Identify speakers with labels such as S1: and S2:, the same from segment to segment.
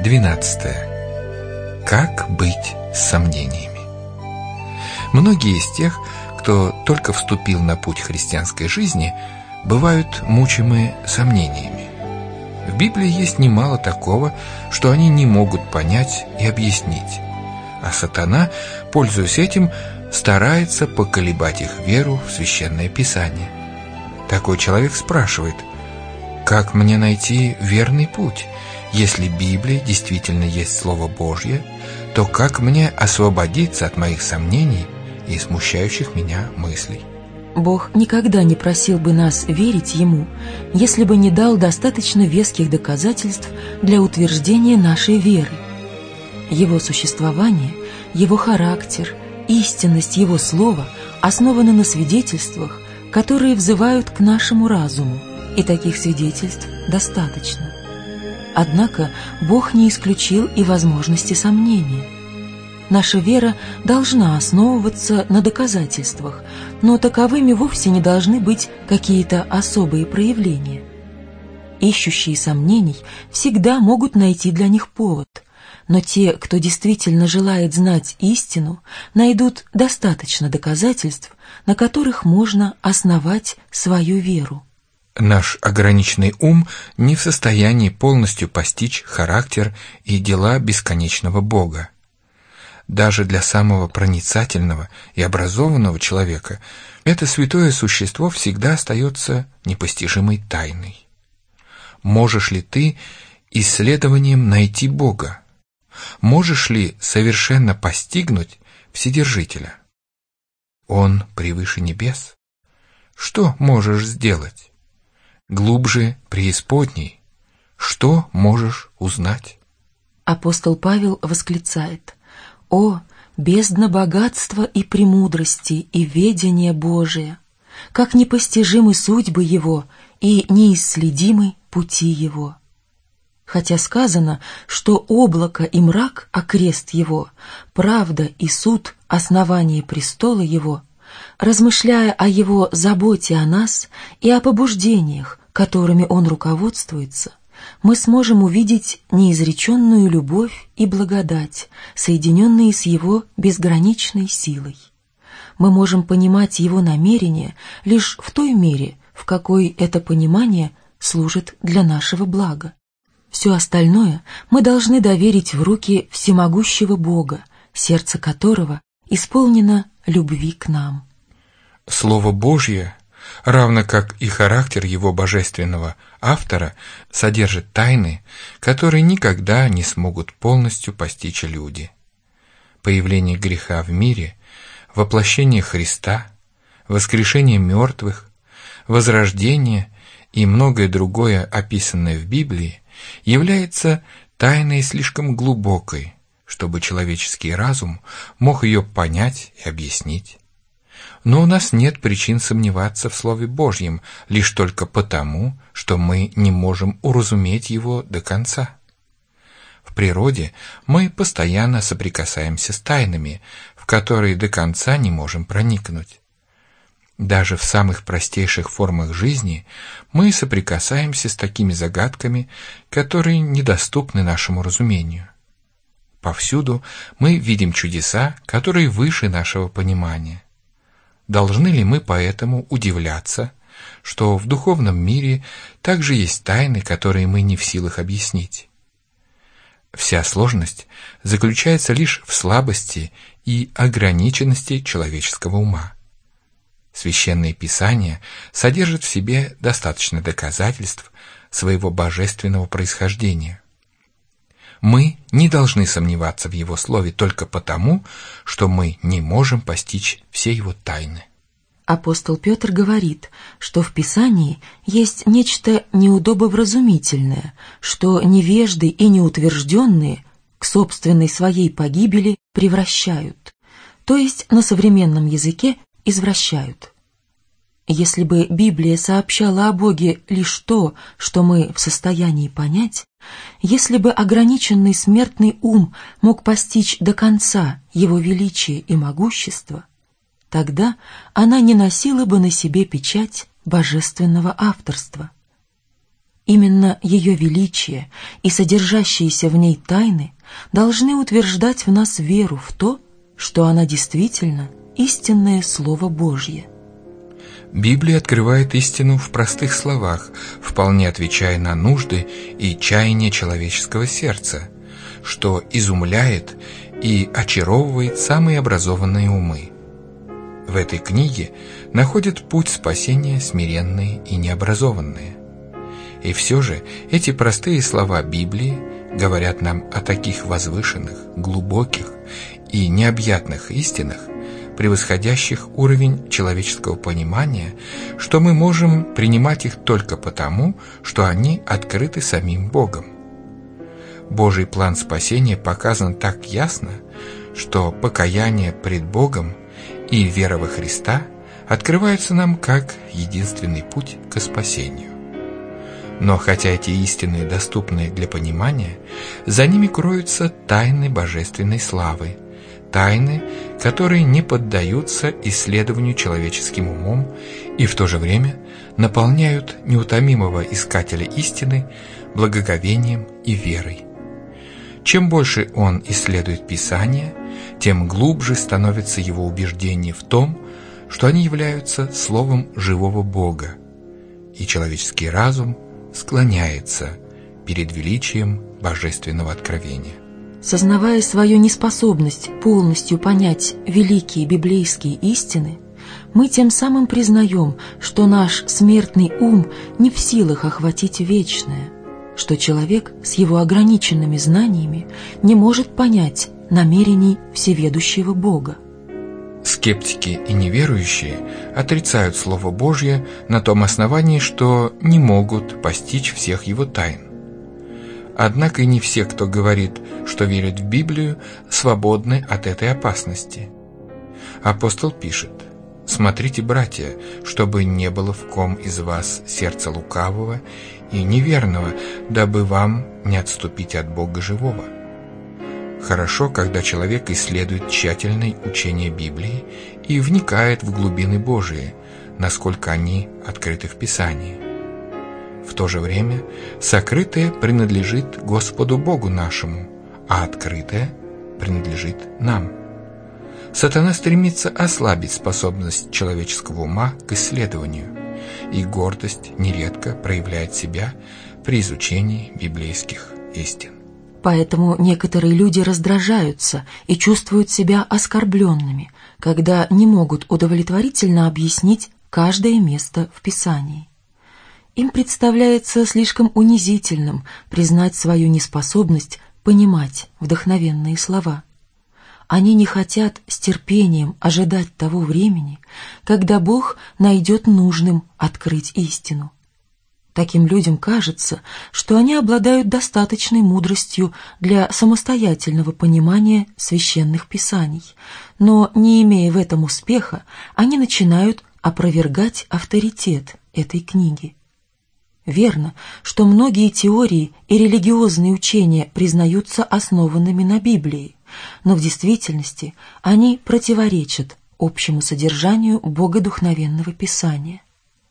S1: 12. Как быть с сомнениями? Многие из тех, кто только вступил на путь христианской жизни, бывают мучимы сомнениями. В Библии есть немало такого, что они не могут понять и объяснить, а сатана, пользуясь этим, старается поколебать их веру в Священное Писание. Такой человек спрашивает: как мне найти верный путь? Если Библия действительно есть Слово Божье, то как мне освободиться от моих сомнений и смущающих меня мыслей?
S2: Бог никогда не просил бы нас верить Ему, если бы не дал достаточно веских доказательств для утверждения нашей веры. Его существование, Его характер, истинность Его Слова основаны на свидетельствах, которые взывают к нашему разуму, и таких свидетельств достаточно. Однако Бог не исключил и возможности сомнения. Наша вера должна основываться на доказательствах, но таковыми вовсе не должны быть какие-то особые проявления. Ищущие сомнений всегда могут найти для них повод, но те, кто действительно желает знать истину, найдут достаточно доказательств, на которых можно основать свою веру.
S1: Наш ограниченный ум не в состоянии полностью постичь характер и дела бесконечного Бога. Даже для самого проницательного и образованного человека это святое существо всегда остается непостижимой тайной. Можешь ли ты исследованием найти Бога? Можешь ли совершенно постигнуть Вседержителя? Он превыше небес. Что можешь сделать? Глубже преисподней. Что можешь узнать?
S2: Апостол Павел восклицает: «О, бездна богатства и премудрости и ведения Божия! Как непостижимы судьбы Его и неисследимы пути Его!» Хотя сказано, что облако и мрак — окрест Его, правда и суд — основание престола Его, размышляя о Его заботе о нас и о побуждениях, которыми Он руководствуется, мы сможем увидеть неизреченную любовь и благодать, соединенные с Его безграничной силой. Мы можем понимать Его намерения лишь в той мере, в какой это понимание служит для нашего блага. Все остальное мы должны доверить в руки всемогущего Бога, сердце которого исполнено любви к нам.
S1: Слово Божье, равно как и характер его божественного автора, содержит тайны, которые никогда не смогут полностью постичь люди. Появление греха в мире, воплощение Христа, воскрешение мертвых, возрождение и многое другое, описанное в Библии, является тайной слишком глубокой, чтобы человеческий разум мог ее понять и объяснить. Но у нас нет причин сомневаться в Слове Божьем лишь только потому, что мы не можем уразуметь его до конца. В природе мы постоянно соприкасаемся с тайнами, в которые до конца не можем проникнуть. Даже в самых простейших формах жизни мы соприкасаемся с такими загадками, которые недоступны нашему разумению. Повсюду мы видим чудеса, которые выше нашего понимания. Должны ли мы поэтому удивляться, что в духовном мире также есть тайны, которые мы не в силах объяснить? Вся сложность заключается лишь в слабости и ограниченности человеческого ума. Священное Писание содержит в себе достаточно доказательств своего божественного происхождения. Мы не должны сомневаться в Его Слове только потому, что мы не можем постичь все Его тайны.
S2: Апостол Петр говорит, что в Писании есть нечто неудобовразумительное, что невежды и неутвержденные к собственной своей погибели превращают, то есть на современном языке извращают. Если бы Библия сообщала о Боге лишь то, что мы в состоянии понять, если бы ограниченный смертный ум мог постичь до конца Его величие и могущество, тогда она не носила бы на себе печать божественного авторства. Именно ее величие и содержащиеся в ней тайны должны утверждать в нас веру в то, что она действительно истинное Слово Божье.
S1: Библия открывает истину в простых словах, вполне отвечая на нужды и чаяния человеческого сердца, что изумляет и очаровывает самые образованные умы. В этой книге находят путь спасения смиренные и необразованные. И все же эти простые слова Библии говорят нам о таких возвышенных, глубоких и необъятных истинах, превосходящих уровень человеческого понимания, что мы можем принимать их только потому, что они открыты самим Богом. Божий план спасения показан так ясно, что покаяние пред Богом и вера во Христа открываются нам как единственный путь к спасению. Но хотя эти истины доступны для понимания, за ними кроются тайны божественной славы, тайны, которые не поддаются исследованию человеческим умом и в то же время наполняют неутомимого искателя истины благоговением и верой. Чем больше он исследует Писание, тем глубже становится его убеждение в том, что они являются словом живого Бога, и человеческий разум склоняется перед величием божественного откровения.
S2: Сознавая свою неспособность полностью понять великие библейские истины, мы тем самым признаем, что наш смертный ум не в силах охватить вечное, что человек с его ограниченными знаниями не может понять намерений всеведущего Бога.
S1: Скептики и неверующие отрицают Слово Божье на том основании, что не могут постичь всех его тайн. Однако и не все, кто говорит, что верит в Библию, свободны от этой опасности. Апостол пишет: «Смотрите, братья, чтобы не было в ком из вас сердца лукавого и неверного, дабы вам не отступить от Бога живого». Хорошо, когда человек исследует тщательно учение Библии и вникает в глубины Божии, насколько они открыты в Писании. В то же время сокрытое принадлежит Господу Богу нашему, а открытое принадлежит нам. Сатана стремится ослабить способность человеческого ума к исследованию, и гордость нередко проявляет себя при изучении библейских истин.
S2: Поэтому некоторые люди раздражаются и чувствуют себя оскорбленными, когда не могут удовлетворительно объяснить каждое место в Писании. Им представляется слишком унизительным признать свою неспособность понимать вдохновенные слова. Они не хотят с терпением ожидать того времени, когда Бог найдет нужным открыть истину. Таким людям кажется, что они обладают достаточной мудростью для самостоятельного понимания священных писаний, но, не имея в этом успеха, они начинают опровергать авторитет этой книги. Верно, что многие теории и религиозные учения признаются основанными на Библии, но в действительности они противоречат общему содержанию богодухновенного Писания.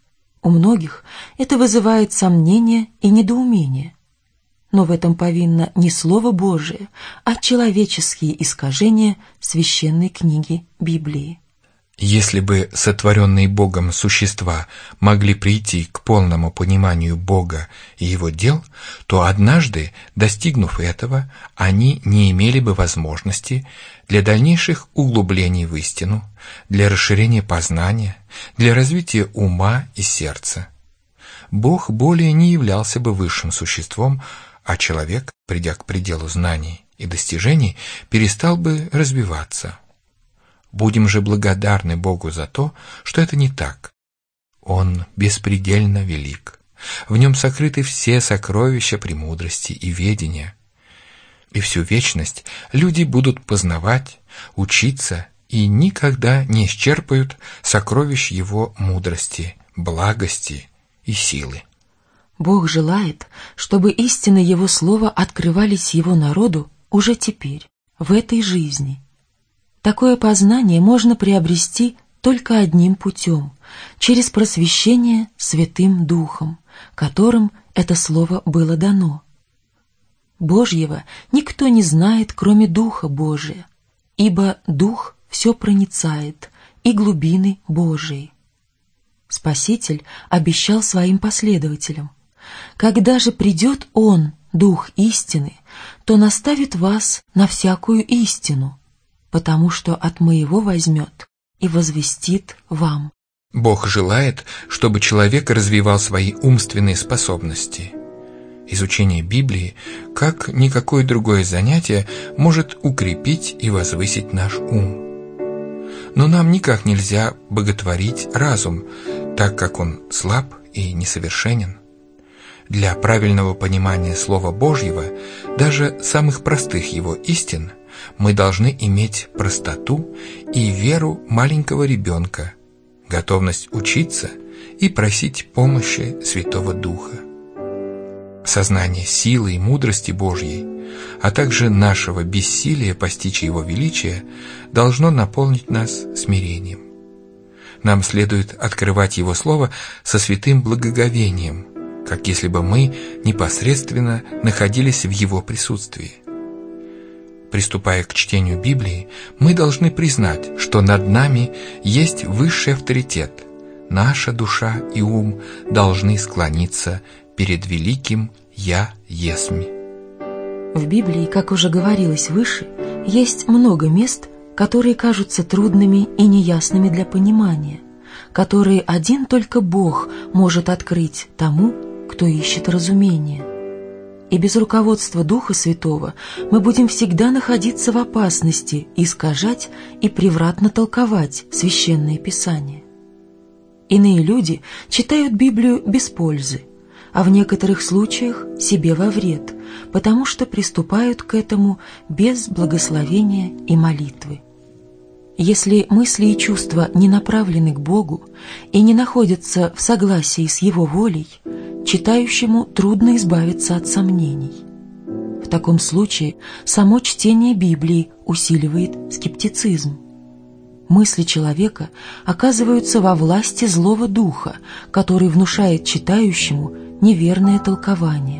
S2: У многих это вызывает сомнение и недоумение. Но в этом повинно не Слово Божие, а человеческие искажения священной книги Библии.
S1: Если бы сотворенные Богом существа могли прийти к полному пониманию Бога и Его дел, то однажды, достигнув этого, они не имели бы возможности для дальнейших углублений в истину, для расширения познания, для развития ума и сердца. Бог более не являлся бы высшим существом, а человек, придя к пределу знаний и достижений, перестал бы развиваться. Будем же благодарны Богу за то, что это не так. Он беспредельно велик. В нем сокрыты все сокровища премудрости и ведения. И всю вечность люди будут познавать, учиться и никогда не исчерпают сокровищ Его мудрости, благости и силы.
S2: Бог желает, чтобы истины Его Слова открывались Его народу уже теперь, в этой жизни. Такое познание можно приобрести только одним путем – через просвещение Святым Духом, которым это слово было дано. Божьего никто не знает, кроме Духа Божия, ибо Дух все проницает, и глубины Божии. Спаситель обещал своим последователям: «Когда же придет Он, Дух истины, то наставит вас на всякую истину, потому что от Моего возьмет и возвестит вам».
S1: Бог желает, чтобы человек развивал свои умственные способности. Изучение Библии, как никакое другое занятие, может укрепить и возвысить наш ум. Но нам никак нельзя боготворить разум, так как он слаб и несовершенен. Для правильного понимания Слова Божьего, даже самых простых его истин, мы должны иметь простоту и веру маленького ребенка, готовность учиться и просить помощи Святого Духа. Сознание силы и мудрости Божьей, а также нашего бессилия постичь Его величие, должно наполнить нас смирением. Нам следует открывать Его Слово со святым благоговением, как если бы мы непосредственно находились в Его присутствии. Приступая к чтению Библии, мы должны признать, что над нами есть высший авторитет. Наша душа и ум должны склониться перед великим «Я есмь».
S2: В Библии, как уже говорилось выше, есть много мест, которые кажутся трудными и неясными для понимания, которые один только Бог может открыть тому, кто ищет разумения. И без руководства Духа Святого мы будем всегда находиться в опасности искажать и превратно толковать Священное Писание. Иные люди читают Библию без пользы, а в некоторых случаях себе во вред, потому что приступают к этому без благословения и молитвы. Если мысли и чувства не направлены к Богу и не находятся в согласии с Его волей, читающему трудно избавиться от сомнений. В таком случае само чтение Библии усиливает скептицизм. Мысли человека оказываются во власти злого духа, который внушает читающему неверное толкование.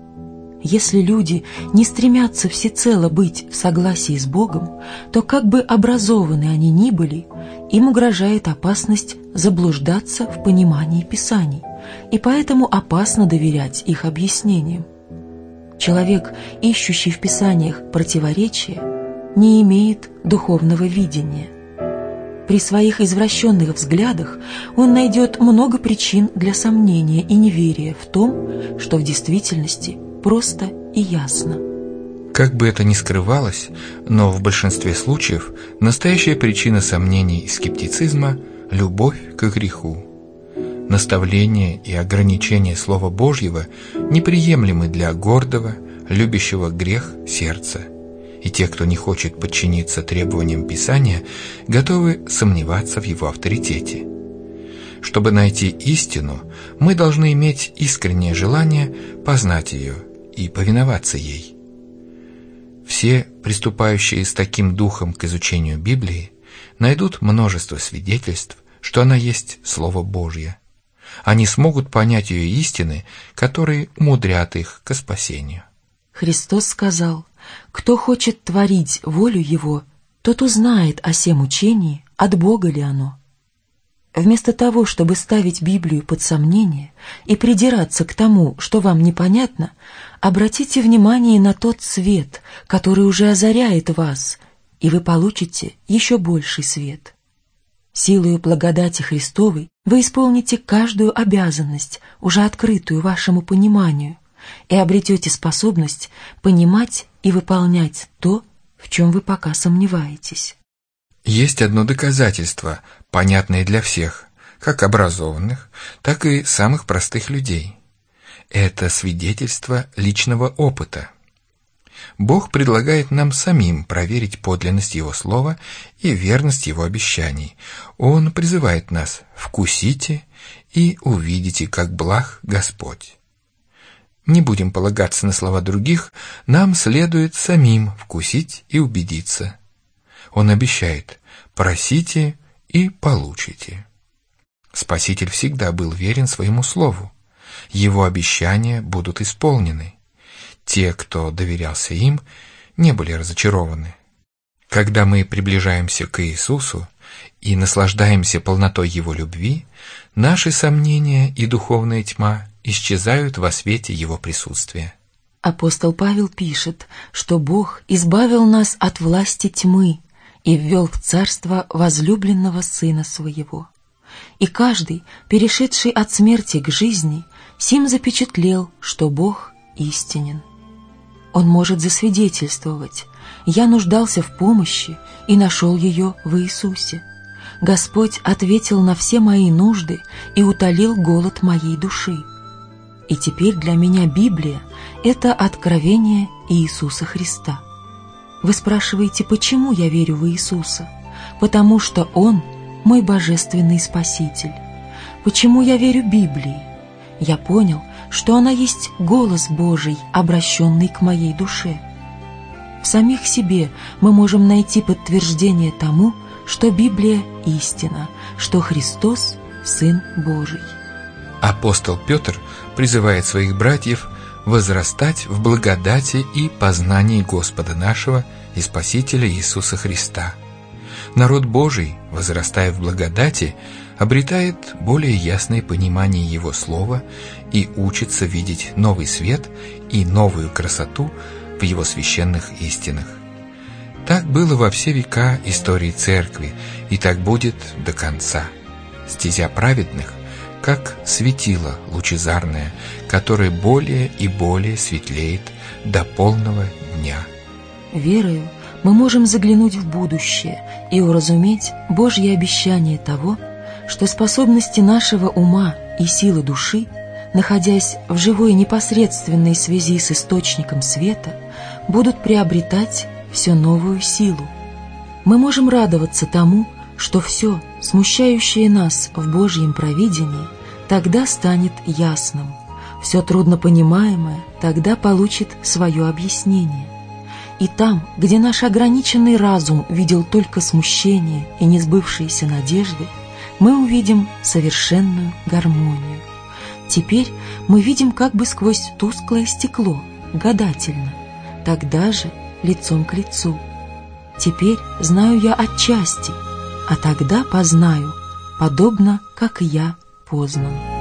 S2: Если люди не стремятся всецело быть в согласии с Богом, то как бы образованы они ни были, им угрожает опасность заблуждаться в понимании Писаний, и поэтому опасно доверять их объяснениям. Человек, ищущий в Писаниях противоречия, не имеет духовного видения. При своих извращенных взглядах он найдет много причин для сомнения и неверия в том, что в действительности просто и ясно.
S1: Как бы это ни скрывалось, но в большинстве случаев настоящая причина сомнений и скептицизма – любовь к греху. Наставление и ограничение Слова Божьего неприемлемы для гордого, любящего грех сердца. И те, кто не хочет подчиниться требованиям Писания, готовы сомневаться в его авторитете. Чтобы найти истину, мы должны иметь искреннее желание познать ее и повиноваться ей. Все, приступающие с таким духом к изучению Библии, найдут множество свидетельств, что она есть Слово Божье. Они смогут понять ее истины, которые умудрят их ко спасению.
S2: Христос сказал: «Кто хочет творить волю Его, тот узнает о сем учении, от Бога ли оно». Вместо того, чтобы ставить Библию под сомнение и придираться к тому, что вам непонятно, обратите внимание на тот свет, который уже озаряет вас, и вы получите еще больший свет. Силою благодати Христовой вы исполните каждую обязанность, уже открытую вашему пониманию, и обретете способность понимать и выполнять то, в чем вы пока сомневаетесь.
S1: Есть одно доказательство, понятное для всех, как образованных, так и самых простых людей. Это свидетельство личного опыта. Бог предлагает нам самим проверить подлинность Его Слова и верность Его обещаний. Он призывает нас: «Вкусите и увидите, как благ Господь». Не будем полагаться на слова других, нам следует самим вкусить и убедиться. Он обещает: «Просите и получите». Спаситель всегда был верен своему слову. Его обещания будут исполнены. Те, кто доверялся им, не были разочарованы. Когда мы приближаемся к Иисусу и наслаждаемся полнотой Его любви, наши сомнения и духовная тьма исчезают во свете Его присутствия.
S2: Апостол Павел пишет, что Бог избавил нас от власти тьмы и ввел в царство возлюбленного Сына Своего. И каждый, перешедший от смерти к жизни, сим запечатлел, что Бог истинен. Он может засвидетельствовать: «Я нуждался в помощи и нашел ее в Иисусе. Господь ответил на все мои нужды и утолил голод моей души». И теперь для меня Библия — это откровение Иисуса Христа. Вы спрашиваете, почему я верю в Иисуса? Потому что Он — мой божественный Спаситель. Почему я верю Библии? Я понял, что она есть голос Божий, обращенный к моей душе. В самих себе мы можем найти подтверждение тому, что Библия — истина, что Христос — Сын Божий.
S1: Апостол Петр призывает своих братьев возрастать в благодати и познании Господа нашего и Спасителя Иисуса Христа. Народ Божий, возрастая в благодати, обретает более ясное понимание Его Слова и учится видеть новый свет и новую красоту в Его священных истинах. Так было во все века истории Церкви, и так будет до конца. Стезя праведных как светило лучезарное, которое более и более светлеет до полного дня.
S2: Верою мы можем заглянуть в будущее и уразуметь Божье обещание того, что способности нашего ума и силы души, находясь в живой непосредственной связи с источником света, будут приобретать все новую силу. Мы можем радоваться тому, что все, смущающее нас в Божьем провидении, тогда станет ясным. Все труднопонимаемое тогда получит свое объяснение. И там, где наш ограниченный разум видел только смущение и несбывшиеся надежды, мы увидим совершенную гармонию. Теперь мы видим как бы сквозь тусклое стекло, гадательно, тогда же лицом к лицу. Теперь знаю я отчасти, а тогда познаю, подобно как я познан.